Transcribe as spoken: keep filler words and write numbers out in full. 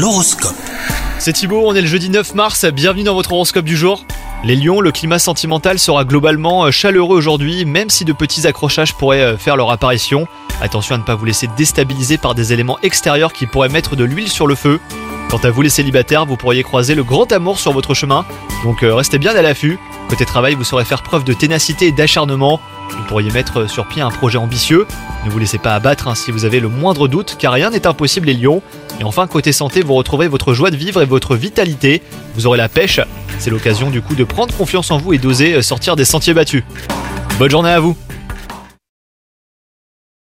L'horoscope. C'est Thibaut, on est le jeudi neuf mars, bienvenue dans votre horoscope du jour. Les lions, le climat sentimental sera globalement chaleureux aujourd'hui, même si de petits accrochages pourraient faire leur apparition. Attention à ne pas vous laisser déstabiliser par des éléments extérieurs qui pourraient mettre de l'huile sur le feu. Quant à vous les célibataires, vous pourriez croiser le grand amour sur votre chemin, donc euh, restez bien à l'affût. Côté travail, vous saurez faire preuve de ténacité et d'acharnement. Vous pourriez mettre sur pied un projet ambitieux. Ne vous laissez pas abattre hein, si vous avez le moindre doute, car rien n'est impossible les lions. Et enfin, côté santé, vous retrouverez votre joie de vivre et votre vitalité. Vous aurez la pêche. C'est l'occasion du coup de prendre confiance en vous et d'oser sortir des sentiers battus. Bonne journée à vous!